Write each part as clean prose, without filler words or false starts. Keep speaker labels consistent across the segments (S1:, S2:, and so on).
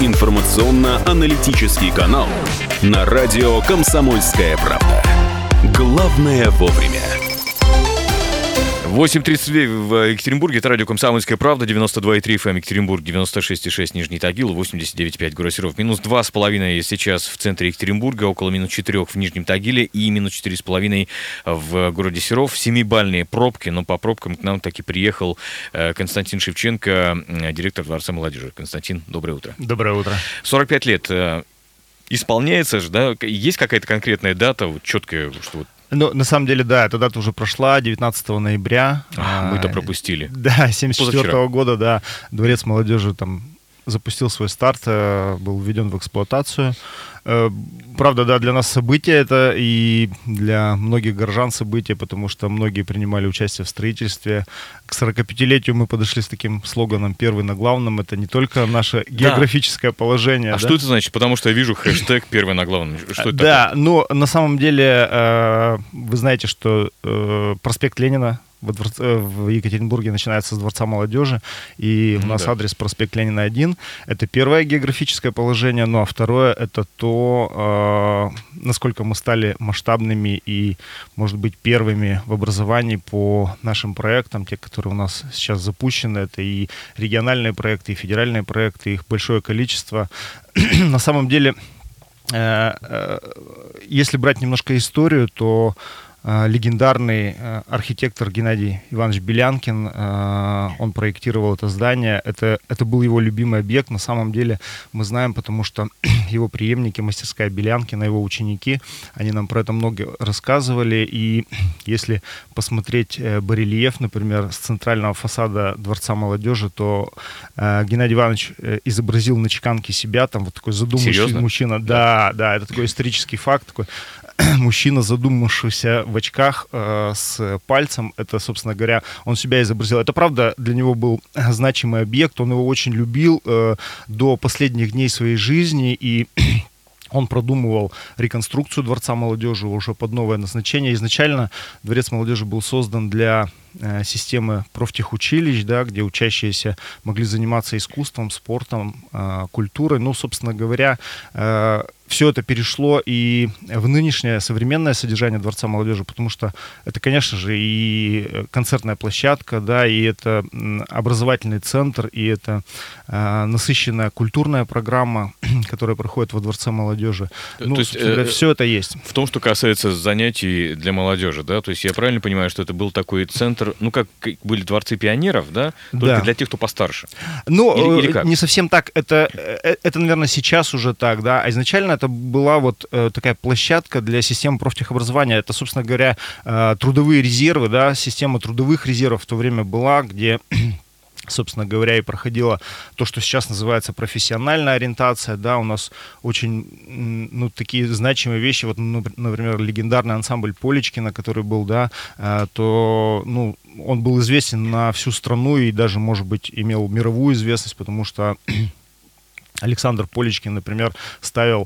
S1: информационно-аналитический канал на радио «Комсомольская правда». Главное вовремя.
S2: 8:32 в Екатеринбурге. Это радио «Комсомольская правда», 92,3 FM Екатеринбург, 96,6 Нижний Тагил, 89,5 город Серов. Минус 2,5 сейчас в центре Екатеринбурга, около минус 4 в Нижнем Тагиле и минус 4,5 в городе Серов. 7-бальные пробки, но по пробкам к нам таки приехал Константин Шевченко, директор Дворца молодежи. Константин, доброе утро.
S3: Доброе утро.
S2: 45 лет исполняется же, да? Есть какая-то конкретная дата, вот, четкая, что вот.
S3: Ну, на самом деле, да, эта дата уже прошла, 19 ноября.
S2: Мы-то пропустили.
S3: Да, 74 года, да, Дворец молодежи там запустил свой старт, был введен в эксплуатацию. Правда, да, для нас событие это и для многих горожан событие, потому что многие принимали участие в строительстве. К 45-летию мы подошли с таким слоганом «Первый на главном». Это не только наше географическое положение.
S2: А что это значит? Потому что я вижу хэштег «Первый на главном». Что это
S3: да,
S2: такое?
S3: но на самом деле вы знаете, что проспект Ленина в Екатеринбурге начинается с Дворца молодежи, и у нас адрес проспект Ленина 1. Это первое географическое положение, ну а второе — это то, насколько мы стали масштабными и, может быть, первыми в образовании по нашим проектам, те, которые у нас сейчас запущены. Это и региональные проекты, и федеральные проекты, их большое количество. На самом деле, если брать немножко историю, то легендарный архитектор Геннадий Иванович Белянкин, он проектировал это здание. Это был его любимый объект. На самом деле мы знаем, потому что его преемники, мастерская Белянкина, его ученики, они нам про это много рассказывали. И если посмотреть барельеф, например, с центрального фасада Дворца молодежи, то Геннадий Иванович изобразил на чеканке себя, там вот такой задумавшийся мужчина. Да, это такой исторический факт, такой мужчина, задумавшийся в очках с пальцем. Это, собственно говоря, он себя изобразил. Это, правда, для него был значимый объект. Он его очень любил до последних дней своей жизни. И он продумывал реконструкцию Дворца молодежи уже под новое назначение. Изначально Дворец молодежи был создан для системы профтехучилищ, да, где учащиеся могли заниматься искусством, спортом, культурой. Ну, собственно говоря, все это перешло и в нынешнее современное содержание Дворца молодежи, потому что это, конечно же, и концертная площадка, да, и это образовательный центр, и это насыщенная культурная программа, которая проходит во Дворце молодежи. Ну, то есть, все это есть.
S2: В том, что касается занятий для молодежи, да, то есть я правильно понимаю, что это был такой центр, ну, как были дворцы пионеров, да, только для тех, кто постарше?
S3: Ну,
S2: или как?
S3: Не совсем так. Это, наверное, сейчас уже так, да, а изначально это была вот такая площадка для системы профтехобразования. Это, собственно говоря, трудовые резервы, да, система трудовых резервов в то время была, где, собственно говоря, и проходила то, что сейчас называется профессиональная ориентация, да, у нас очень, ну, такие значимые вещи, вот, ну, например, легендарный ансамбль Полечкина, который был, да, то, ну, он был известен на всю страну и даже, может быть, имел мировую известность, потому что Александр Полечкин, например, ставил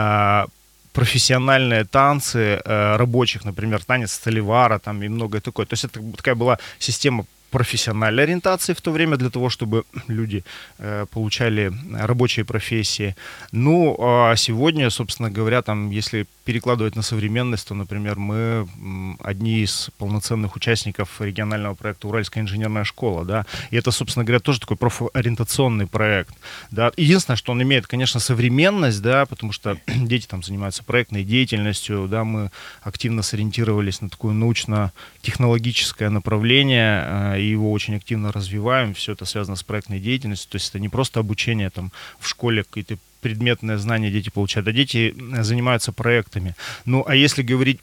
S3: профессиональные танцы рабочих, например, танец Столивара там и многое такое. То есть это такая была система профессиональной ориентации в то время для того, чтобы люди получали рабочие профессии. Ну, а сегодня, собственно говоря, там, если перекладывать на современность, то, например, мы одни из полноценных участников регионального проекта «Уральская инженерная школа», да, и это, собственно говоря, тоже такой профориентационный проект, да. Единственное, что он имеет, конечно, современность, да, потому что дети там занимаются проектной деятельностью, да, мы активно сориентировались на такое научно-технологическое направление, и его очень активно развиваем, все это связано с проектной деятельностью, то есть это не просто обучение там в школе, какие-то предметное знание дети получают, а дети занимаются проектами. Ну, а если говорить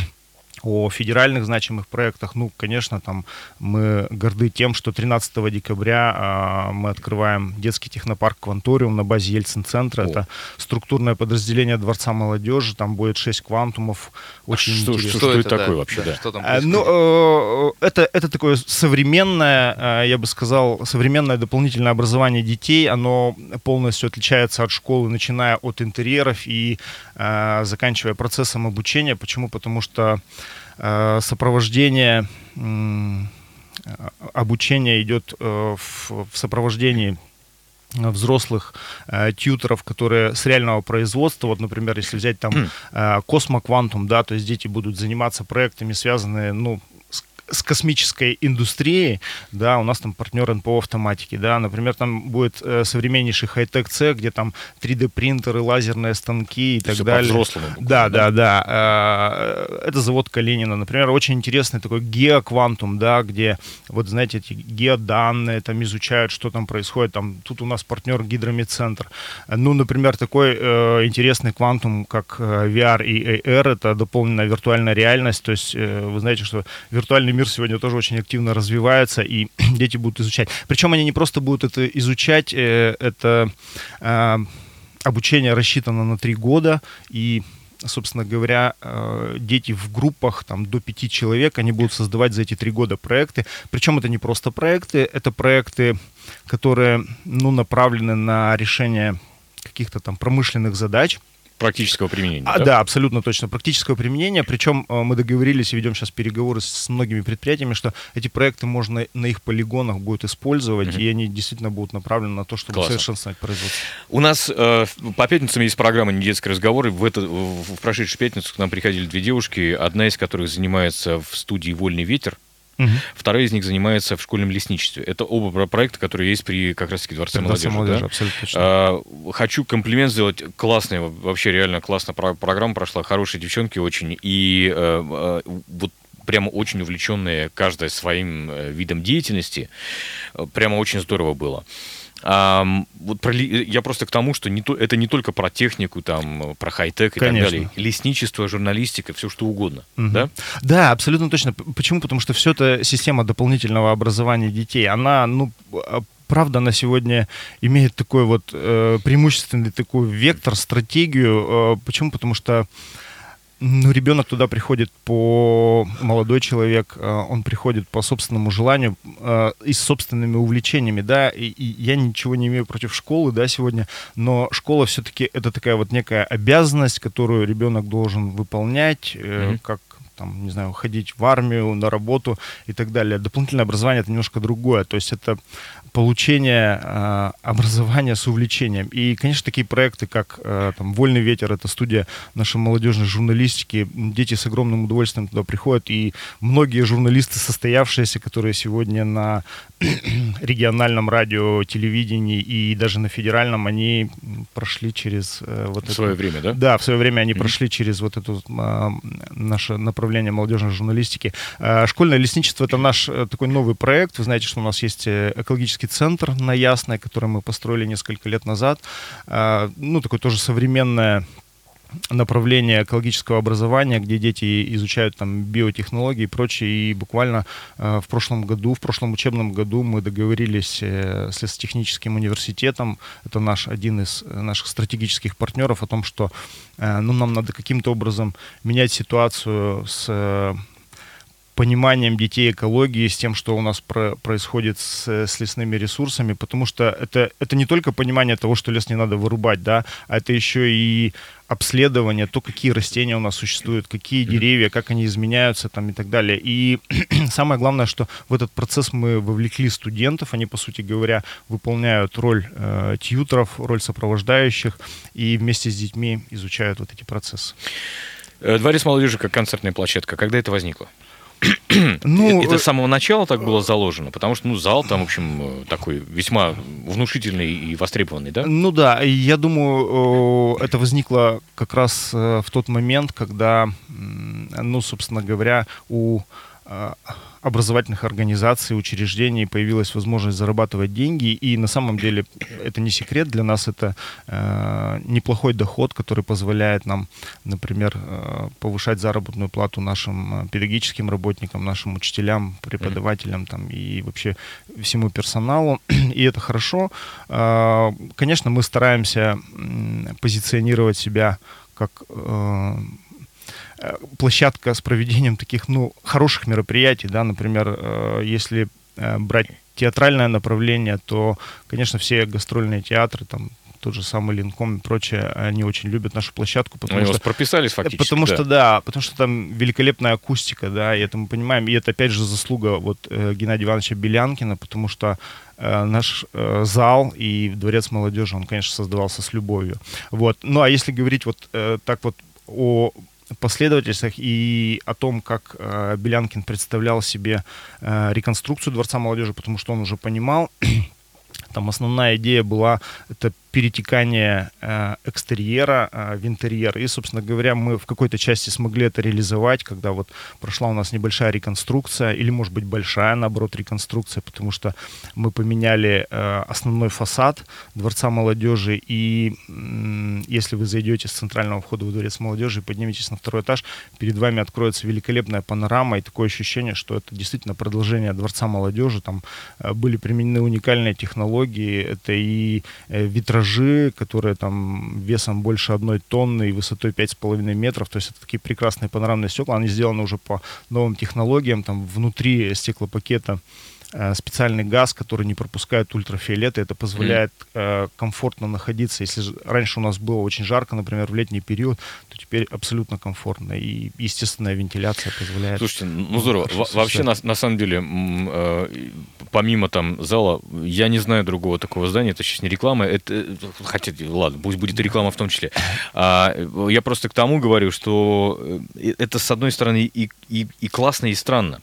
S3: о федеральных значимых проектах, ну, конечно, там мы горды тем, что 13 декабря мы открываем детский технопарк «Кванториум» на базе Ельцин-центра. Это структурное подразделение Дворца молодежи, там будет 6 квантумов. Очень интересно.
S2: Что это такое вообще? Да.
S3: Что там ну, это такое современное, я бы сказал, современное дополнительное образование детей. Оно полностью отличается от школы, начиная от интерьеров и заканчивая процессом обучения. Почему? Потому что сопровождение обучения идет в сопровождении взрослых тьюторов, которые с реального производства. Вот, например, если взять там Космоквантум, да, то есть дети будут заниматься проектами, связанные, ну, с космической индустрией, да, у нас там партнер НПО автоматики, да, например, там будет современнейший хай-тек цех, где там 3D-принтеры, лазерные станки и так далее.
S2: По-взрослому.
S3: Да. Это завод Калинина. Например, очень интересный такой геоквантум, да, где, вот знаете, эти геоданные там изучают, что там происходит. Там, тут у нас партнер Гидромедцентр. Ну, например, такой интересный квантум, как VR и AR, это дополненная виртуальная реальность. То есть вы знаете, что виртуальный мир сегодня тоже очень активно развивается, и дети будут изучать. Причем они не просто будут это изучать, это обучение рассчитано на 3 года, и, собственно говоря, дети в группах там, до 5 человек, они будут создавать за эти 3 года проекты. Причем это не просто проекты, это проекты, которые, ну, направлены на решение каких-то там промышленных задач.
S2: Практического применения.
S3: Да, абсолютно точно. Практического применения. Причем мы договорились и ведем сейчас переговоры с многими предприятиями, что эти проекты можно на их полигонах будет использовать, и они действительно будут направлены на то, чтобы совершенствовать производство.
S2: У нас по пятницам есть программа «Недетский разговор». И в прошедшую пятницу к нам приходили 2 девушки, одна из которых занимается в студии «Вольный ветер», вторая из них занимается в школьном лесничестве. Это оба проекта, которые есть при как раз-таки Дворце молодежи. Да?
S3: Абсолютно точно.
S2: Хочу комплимент сделать. Классная, вообще реально классная программа прошла. Хорошие девчонки очень. И вот прямо очень увлеченные каждая своим видом деятельности. Прямо очень здорово было. Вот я просто к тому, что это не только про технику, там, про хай-тек и
S3: Конечно.
S2: так далее. Лесничество, журналистика, все что угодно. Да?
S3: Да, абсолютно точно. Почему? Потому что все это система дополнительного образования детей. Она, ну, правда, на сегодня имеет такой вот преимущественный такой вектор, стратегию. Почему? Потому что ну, ребенок туда приходит молодой человек, он приходит по собственному желанию и с собственными увлечениями, да, и я ничего не имею против школы, да, сегодня, но школа все-таки это такая вот некая обязанность, которую ребенок должен выполнять, как там, не знаю, ходить в армию, на работу и так далее. Дополнительное образование — это немножко другое, то есть это получение образования с увлечением. И, конечно, такие проекты, как там, «Вольный ветер», это студия нашей молодежной журналистики, дети с огромным удовольствием туда приходят, и многие журналисты, состоявшиеся, которые сегодня на региональном радио, телевидении и даже на федеральном, они прошли через вот это...
S2: В свое время, да?
S3: Да, в свое время они прошли через вот это наше направление молодежной журналистики. Школьное лесничество — это наш такой новый проект. Вы знаете, что у нас есть экологический центр на Ясной, который мы построили несколько лет назад. Ну, такое тоже современное направление экологического образования, где дети изучают там биотехнологии и прочее. И буквально в прошлом учебном году мы договорились с лесотехническим университетом, это один из наших стратегических партнеров, о том, что нам надо каким-то образом менять ситуацию с пониманием детей экологии, с тем, что у нас происходит с лесными ресурсами, потому что это не только понимание того, что лес не надо вырубать, да, а это еще и обследование, то, какие растения у нас существуют, какие деревья, как они изменяются там, и так далее. И самое главное, что в этот процесс мы вовлекли студентов, они, по сути говоря, выполняют роль тьюторов, роль сопровождающих, и вместе с детьми изучают вот эти процессы.
S2: Дворец молодежи как концертная площадка, когда это возникло?
S3: Ну,
S2: это с самого начала так было заложено? Потому что, зал там, в общем, такой весьма внушительный и востребованный, да?
S3: Ну да, я думаю, это возникло как раз в тот момент, когда, собственно говоря, у образовательных организаций, учреждений появилась возможность зарабатывать деньги, и на самом деле это не секрет, для нас это неплохой доход, который позволяет нам, например, повышать заработную плату нашим педагогическим работникам, нашим учителям, преподавателям там, и вообще всему персоналу, и это хорошо. Конечно, мы стараемся позиционировать себя как площадка с проведением таких, хороших мероприятий, да, например, если брать театральное направление, то, конечно, все гастрольные театры, там, тот же самый Ленком и прочее, они очень любят нашу площадку,
S2: Они вас прописались фактически.
S3: Потому что там великолепная акустика, да, и это мы понимаем, и это опять же заслуга вот Геннадия Ивановича Белянкина, потому что наш зал и Дворец молодежи, он, конечно, создавался с любовью. Вот. Ну, а если говорить вот так вот о последовательностях и о том, как Белянкин представлял себе реконструкцию Дворца молодежи, потому что он уже понимал, там основная идея была это перетекание экстерьера в интерьер. И, собственно говоря, мы в какой-то части смогли это реализовать, когда вот прошла у нас небольшая реконструкция, или, может быть, большая, наоборот, реконструкция, потому что мы поменяли основной фасад Дворца молодежи, и если вы зайдете с центрального входа в Дворец молодежи и подниметесь на второй этаж, перед вами откроется великолепная панорама, и такое ощущение, что это действительно продолжение Дворца молодежи. Там были применены уникальные технологии, это и витражи, которые там весом больше 1 тонны и высотой 5,5 метров, то есть это такие прекрасные панорамные стекла, они сделаны уже по новым технологиям, там внутри стеклопакета специальный газ, который не пропускает ультрафиолет, и это позволяет комфортно находиться. Если раньше у нас было очень жарко, например, в летний период, то теперь абсолютно комфортно, и естественная вентиляция позволяет...
S2: Слушайте, ну здорово. Вообще, на самом деле, помимо там зала, я не знаю другого такого здания, это сейчас не реклама, это, хотя, ладно, пусть будет и реклама в том числе. Я просто к тому говорю, что это, с одной стороны, и классно, и странно.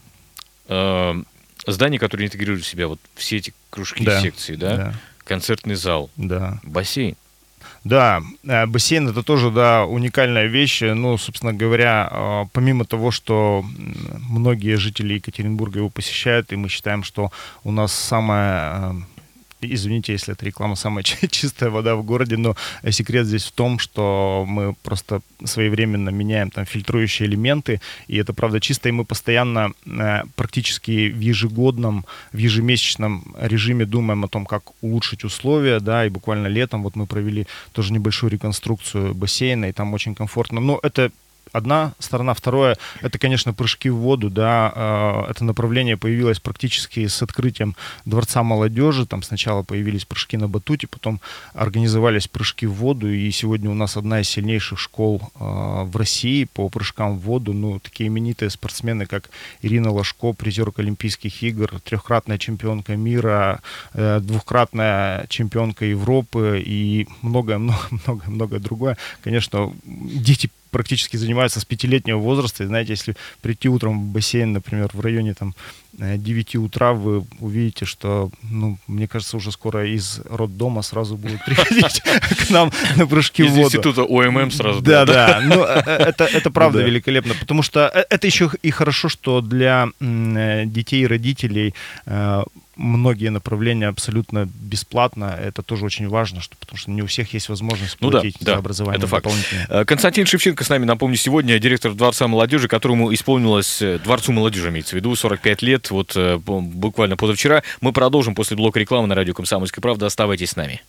S2: Здание, которое интегрирует в себя вот все эти кружки, секции, да? Концертный зал, бассейн.
S3: Да, бассейн — это тоже, да, уникальная вещь. Ну, собственно говоря, помимо того, что многие жители Екатеринбурга его посещают, и мы считаем, что у нас самая... Извините, если это реклама, самая чистая вода в городе, но секрет здесь в том, что мы просто своевременно меняем там фильтрующие элементы, и это правда чисто, и мы постоянно практически в ежемесячном режиме думаем о том, как улучшить условия, да, и буквально летом вот мы провели тоже небольшую реконструкцию бассейна, и там очень комфортно, но это одна сторона. Второе, это, конечно, прыжки в воду, да, это направление появилось практически с открытием Дворца молодежи, там сначала появились прыжки на батуте, потом организовались прыжки в воду, и сегодня у нас одна из сильнейших школ в России по прыжкам в воду, ну, такие именитые спортсмены, как Ирина Ложко, призерка Олимпийских игр, 3-кратная чемпионка мира, 2-кратная чемпионка Европы и многое другое. Конечно, дети практически занимаются с 5-летнего возраста. И знаете, если прийти утром в бассейн, например, в районе там 9 утра, вы увидите, что, ну, мне кажется, уже скоро из роддома сразу будут приходить к нам на прыжки в воду.
S2: Из института ОММ сразу.
S3: Да. Ну, это правда великолепно, потому что это еще и хорошо, что для детей и родителей многие направления абсолютно бесплатно. Это тоже очень важно, потому что не у всех есть возможность платить за образование.
S2: Это факт. Константин Шевченко с нами, напомню, сегодня директор Дворца молодежи, которому исполнилось, Дворцу молодежи имеется в виду, 45 лет, вот буквально позавчера. Мы продолжим после блока рекламы на радио «Комсомольская правда». Оставайтесь с нами.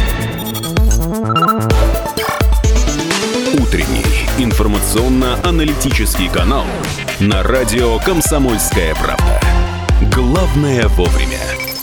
S1: Утренний информационно-аналитический канал на радио «Комсомольская правда». Главное вовремя.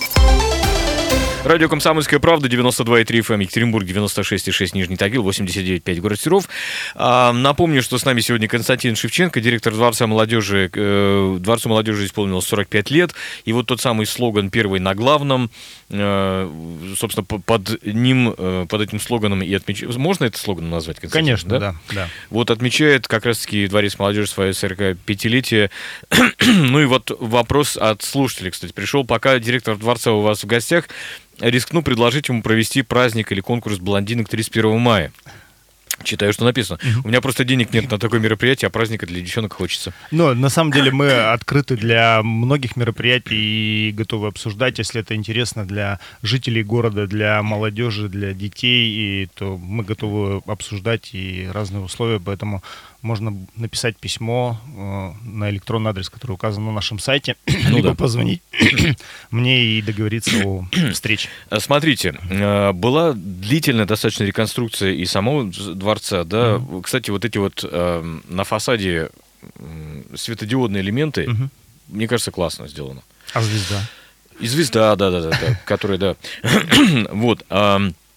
S2: Радио «Комсомольская правда», 92,3 FM, Екатеринбург, 96,6 Нижний Тагил, 89,5 город Серов. Напомню, что с нами сегодня Константин Шевченко, директор Дворца молодежи. Дворцу молодежи исполнилось 45 лет. И вот тот самый слоган «Первый на главном». Собственно, под ним, под этим слоганом и отмечает... Можно это слоганом назвать, Константин?
S3: Конечно, да.
S2: Вот отмечает как раз-таки Дворец молодежи свое 45-летие. Ну и вот вопрос от слушателей, кстати, пришел. Пока директор Дворца у вас в гостях, рискну предложить ему провести праздник или конкурс блондинок 31 мая. Читаю, что написано. У меня просто денег нет на такое мероприятие, а праздника для девчонок хочется.
S3: Но на самом деле мы открыты для многих мероприятий и готовы обсуждать, если это интересно для жителей города, для молодежи, для детей, и то мы готовы обсуждать и разные условия, поэтому можно написать письмо на электронный адрес, который указан на нашем сайте, либо позвонить мне и договориться о встрече.
S2: Смотрите, была длительная достаточно реконструкция и самого дворца, да. Кстати, вот эти вот на фасаде светодиодные элементы, мне кажется, классно сделано.
S3: А звезда?
S2: И звезда, да, которая, да. Вот.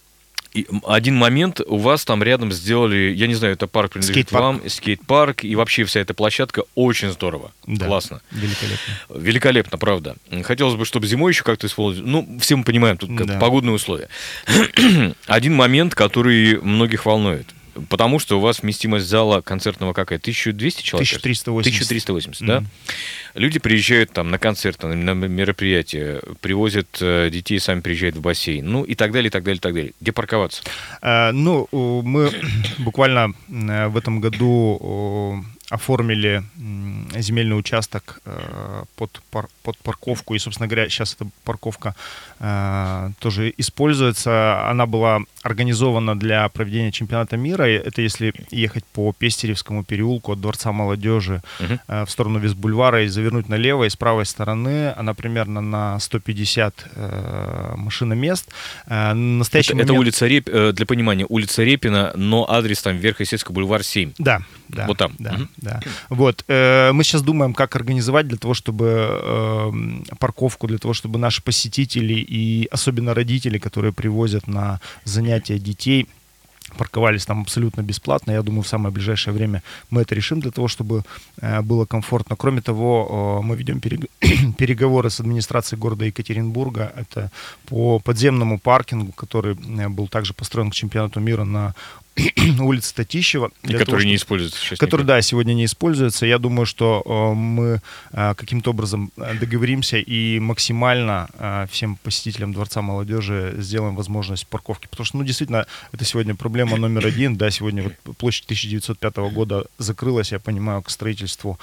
S2: И один момент, у вас там рядом сделали, я не знаю, это парк принадлежит вам, скейт-парк, и вообще вся эта площадка очень здорово,
S3: да,
S2: классно.
S3: Великолепно.
S2: Великолепно, правда. Хотелось бы, чтобы зимой еще как-то использовать. Ну, все мы понимаем, тут
S3: Да.
S2: погодные условия. Один момент, который многих волнует. Потому что у вас вместимость зала концертного какая? 1200 человек?
S3: 1380.
S2: 1380, да? Люди приезжают там на концерты, на мероприятия, привозят детей, сами приезжают в бассейн, ну и так далее, и так далее, и так далее. Где парковаться?
S3: Ну, мы буквально в этом году оформили земельный участок под парковку. И, собственно говоря, сейчас эта парковка тоже используется. Она была организована для проведения чемпионата мира. Это если ехать по Пестеревскому переулку от Дворца молодежи в сторону Вестбульвара и завернуть налево, и с правой стороны она примерно на 150 машиномест.
S2: Это улица для понимания, улица Репина, но адрес там Верхоосетский бульвар 7.
S3: Да.
S2: Вот там.
S3: Да. Вот. Мы сейчас думаем, как организовать для того, чтобы парковку, для того, чтобы наши посетители и особенно родители, которые привозят на занятия детей, парковались там абсолютно бесплатно. Я думаю, в самое ближайшее время мы это решим для того, чтобы было комфортно. Кроме того, мы ведем переговоры с администрацией города Екатеринбурга. Это по подземному паркингу, который был также построен к чемпионату мира на улице Татищева.
S2: И который не используется сейчас.
S3: Который, да, сегодня не используется. Я думаю, что мы каким-то образом договоримся и максимально всем посетителям Дворца молодежи сделаем возможность парковки. Потому что, действительно, это сегодня проблема номер один. Да, сегодня вот площадь 1905 года закрылась, я понимаю, к строительству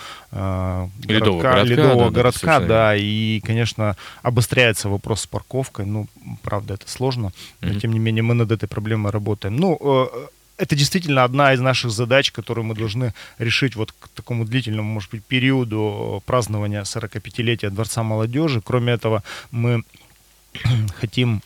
S3: Ледового городка, да, и, конечно, обостряется вопрос с парковкой. Правда, это сложно, но, тем не менее, мы над этой проблемой работаем. Это действительно одна из наших задач, которую мы должны решить вот к такому длительному, может быть, периоду празднования 45-летия Дворца молодежи. Кроме этого, мы хотим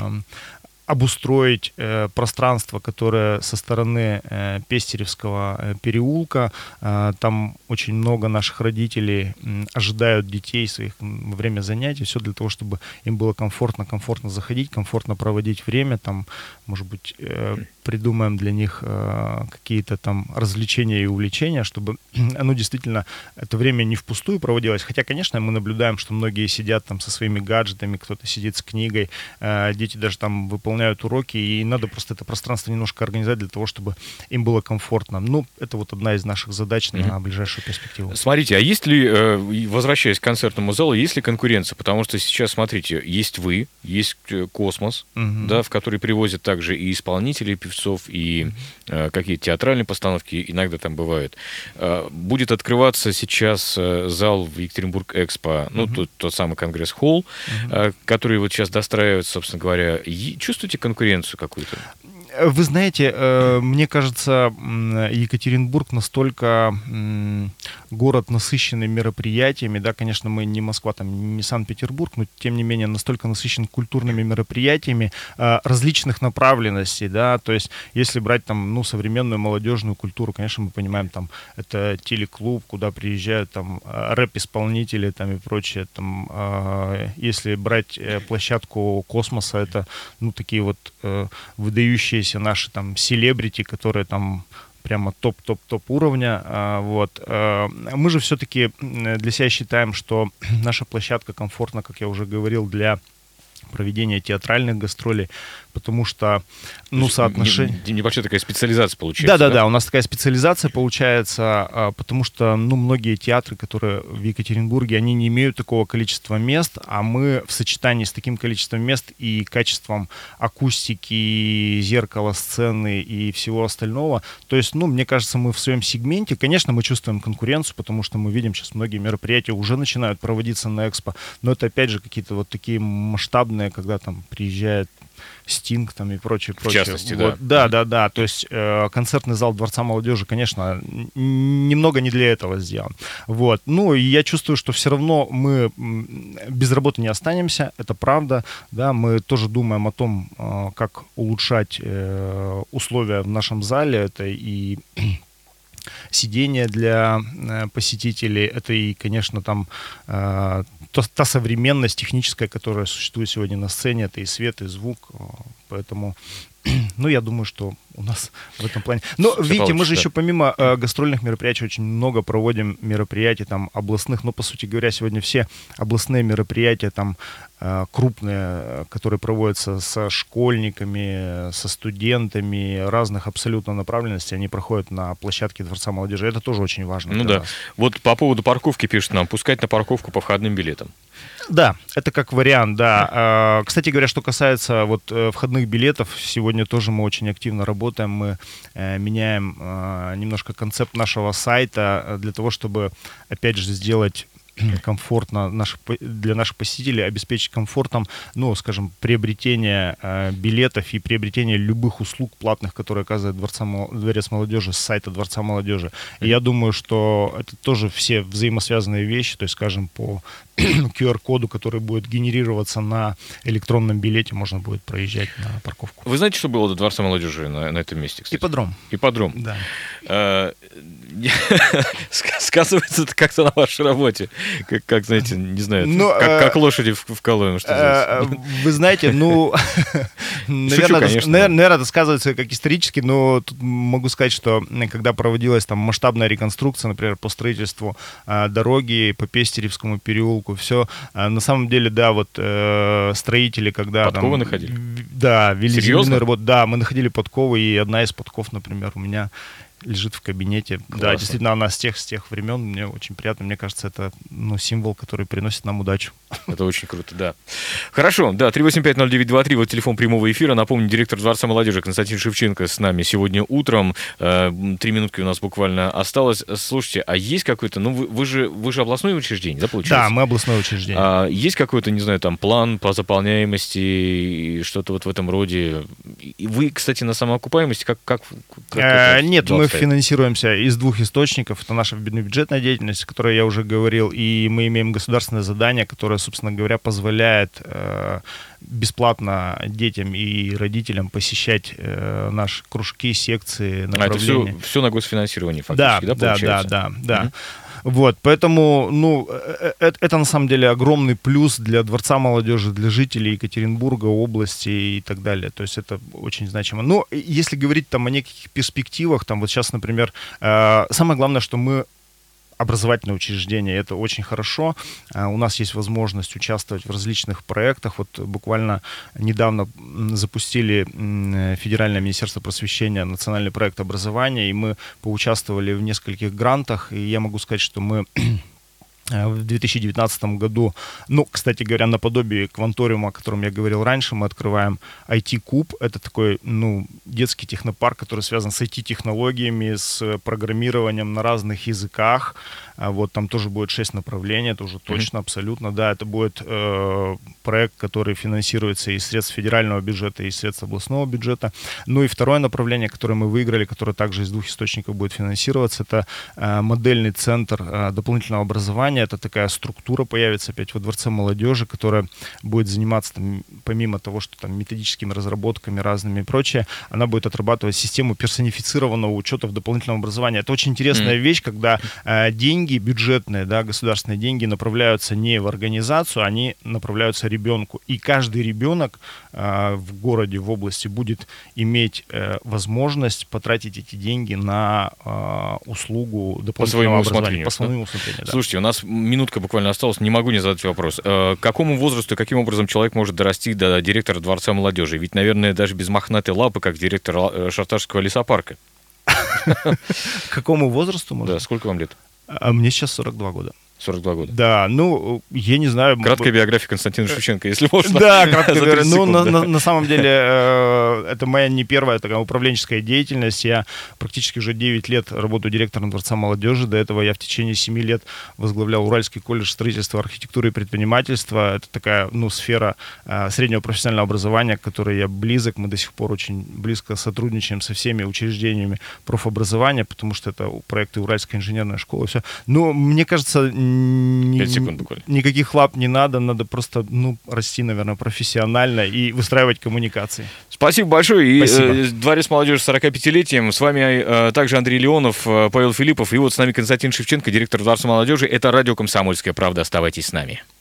S3: обустроить пространство, которое со стороны Пестеревского переулка. Там очень много наших родителей ожидают детей своих во время занятий. Все для того, чтобы им было комфортно заходить, комфортно проводить время. Там, может быть, придумаем для них какие-то там развлечения и увлечения, чтобы действительно это время не впустую проводилось. Хотя, конечно, мы наблюдаем, что многие сидят там со своими гаджетами, кто-то сидит с книгой, дети даже там выполняют уроки, и надо просто это пространство немножко организовать для того, чтобы им было комфортно. Это вот одна из наших задач на ближайшую перспективу.
S2: Смотрите, а есть ли, возвращаясь к концертному залу, есть ли конкуренция? Потому что сейчас, смотрите, есть вы, есть Космос, да, в который привозят также и исполнителей, певцов, и какие-то театральные постановки иногда там бывают. Будет открываться сейчас зал в Екатеринбург-Экспо, тот самый Конгресс-холл, который вот сейчас достраивается, собственно говоря. Чувствуете конкуренцию какую-то?
S3: Вы знаете, мне кажется, Екатеринбург настолько город, насыщенный мероприятиями, да, конечно, мы не Москва, там, не Санкт-Петербург, но, тем не менее, настолько насыщен культурными мероприятиями различных направленностей, да, то есть, если брать, там, современную молодежную культуру, конечно, мы понимаем, там, это телеклуб, куда приезжают, там, рэп-исполнители, там, и прочее, там, если брать площадку Космоса, это, такие вот выдающиеся наши там селебрити, которые там прямо топ-топ-топ уровня. Вот. Мы же все-таки для себя считаем, что наша площадка комфортна, как я уже говорил, для проведения театральных гастролей, потому что, соотношение...
S2: Небольшая такая специализация получается.
S3: Да, у нас такая специализация получается, потому что, многие театры, которые в Екатеринбурге, они не имеют такого количества мест, а мы в сочетании с таким количеством мест и качеством акустики, зеркала, сцены и всего остального, то есть, мне кажется, мы в своем сегменте, конечно, мы чувствуем конкуренцию, потому что мы видим, сейчас многие мероприятия уже начинают проводиться на Экспо, но это, опять же, какие-то вот такие масштабные, когда там приезжает Стинг там и прочее.
S2: В частности,
S3: вот, да. То есть концертный зал Дворца молодежи, конечно, немного не для этого сделан. Вот. И я чувствую, что все равно мы без работы не останемся, это правда. Да, мы тоже думаем о том, как улучшать условия в нашем зале. Это и сидения для посетителей, это и, конечно, там та современность техническая, которая существует сегодня на сцене, это и свет, и звук. поэтому, ну, я думаю, что у нас в этом плане. Но,
S2: Всё
S3: видите, мы
S2: получится,
S3: же
S2: да.
S3: еще помимо гастрольных мероприятий очень много проводим мероприятий там областных, но, по сути говоря, сегодня все областные мероприятия там крупные, которые проводятся со школьниками, со студентами разных абсолютно направленностей, они проходят на площадке Дворца молодежи. Это тоже очень важно.
S2: Ну
S3: для
S2: да.
S3: нас.
S2: Вот по поводу парковки пишут нам, пускать на парковку по входным билетам.
S3: Да, это как вариант, да. Кстати говоря, что касается вот входных билетов, сегодня тоже мы очень активно работаем, мы меняем немножко концепт нашего сайта для того, чтобы, опять же, сделать комфортно для наших посетителей, обеспечить комфортом, ну, скажем, приобретение билетов и приобретение любых услуг платных, которые оказывает Дворец молодежи с сайта Дворца молодежи. И я думаю, что это тоже все взаимосвязанные вещи, то есть, скажем, по QR-коду, который будет генерироваться на электронном билете, можно будет проезжать на парковку.
S2: Вы знаете, что было до Дворца молодежи на этом месте, кстати?
S3: Ипподром.
S2: Ипподром.
S3: Да.
S2: Сказывается это как-то на вашей работе. Как знаете, не знаю, как лошади в Коломе, что называется.
S3: Вы знаете, ну, наверное, это сказывается как исторически, но тут могу сказать, что когда проводилась там масштабная реконструкция, например, по строительству дороги по Пестеревскому переулку, все, на самом деле, да, вот строители, когда...
S2: Подковы находили?
S3: Да, вели
S2: Серьезно?
S3: работу. Да, мы находили подковы, и одна из подков, например, у меня лежит в кабинете.
S2: Классно.
S3: Да, действительно, она с тех времен. Мне очень приятно. Мне кажется, это символ, который приносит нам удачу.
S2: Это очень круто, да. Хорошо, да, 3850923, вот телефон прямого эфира. Напомню, директор Дворца молодежи Константин Шевченко с нами сегодня утром. 3 минутки у нас буквально осталось. Слушайте, а есть какой-то, ну вы же областное учреждение, да, получается?
S3: Да, мы областное учреждение.
S2: Есть какой-то, не знаю, там план по заполняемости и что-то вот в этом роде? И вы, кстати, на самоокупаемости как
S3: Нет, мы финансируемся из 2 источников. Это наша бюджетная деятельность, о которой я уже говорил, и мы имеем государственное задание, которое, собственно говоря, позволяет бесплатно детям и родителям посещать наши кружки, секции, направления.
S2: Это все на госфинансировании фактически, да, получается?
S3: Да. Вот, поэтому, это на самом деле огромный плюс для Дворца молодежи, для жителей Екатеринбурга, области и так далее. То есть это очень значимо. Но если говорить там о неких перспективах, там вот сейчас, например, самое главное, что мы образовательное учреждение, это очень хорошо. У нас есть возможность участвовать в различных проектах. Вот буквально недавно запустили Федеральное министерство просвещения национальный проект образования, и мы поучаствовали в нескольких грантах, и я могу сказать, что мы в 2019 году, кстати говоря, наподобие кванториума, о котором я говорил раньше, мы открываем IT-куб. Это такой, детский технопарк, который связан с IT-технологиями, с программированием на разных языках. Вот там тоже будет 6 направлений, это уже точно, абсолютно. Да, это будет проект, который финансируется из средств федерального бюджета и из средств областного бюджета. Ну и второе направление, которое мы выиграли, которое также из 2 источников будет финансироваться, это модельный центр дополнительного образования. Это такая структура появится опять во Дворце молодежи, которая будет заниматься, там, помимо того, что там методическими разработками разными и прочее, она будет отрабатывать систему персонифицированного учета в дополнительном образовании. Это очень интересная вещь, когда деньги бюджетные, да, государственные деньги направляются не в организацию, они направляются ребенку. И каждый ребенок в городе, в области будет иметь возможность потратить эти деньги на услугу дополнительного образования. По своему усмотрению. Да.
S2: Слушайте, у нас минутка буквально осталась, не могу не задать вопрос. К какому возрасту, каким образом человек может дорасти до директора Дворца молодежи? Ведь, наверное, даже без мохнатой лапы, как директор Шарташского лесопарка.
S3: К какому возрасту можно?
S2: Да, сколько вам лет?
S3: А мне сейчас 42 года.
S2: 42 года.
S3: Да, я не знаю.
S2: Краткая биография Константина Шевченко, если можно.
S3: Да, краткая биография. На самом деле, это моя не первая такая управленческая деятельность. Я практически уже 9 лет работаю директором Дворца молодежи. До этого я в течение 7 лет возглавлял Уральский колледж строительства, архитектуры и предпринимательства. Это такая, сфера среднего профессионального образования, к которой я близок. Мы до сих пор очень близко сотрудничаем со всеми учреждениями профобразования, потому что это проекты Уральская инженерная школа. Все. Но мне кажется,
S2: 5 секунд буквально.
S3: Никаких лап не надо просто расти, наверное, профессионально и выстраивать коммуникации.
S2: Спасибо большое.
S3: Спасибо.
S2: И Дворец молодежи с 45-летием. С вами также Андрей Леонов, Павел Филиппов. И вот с нами Константин Шевченко, директор Дворца молодежи. Это радио «Комсомольская правда». Оставайтесь с нами.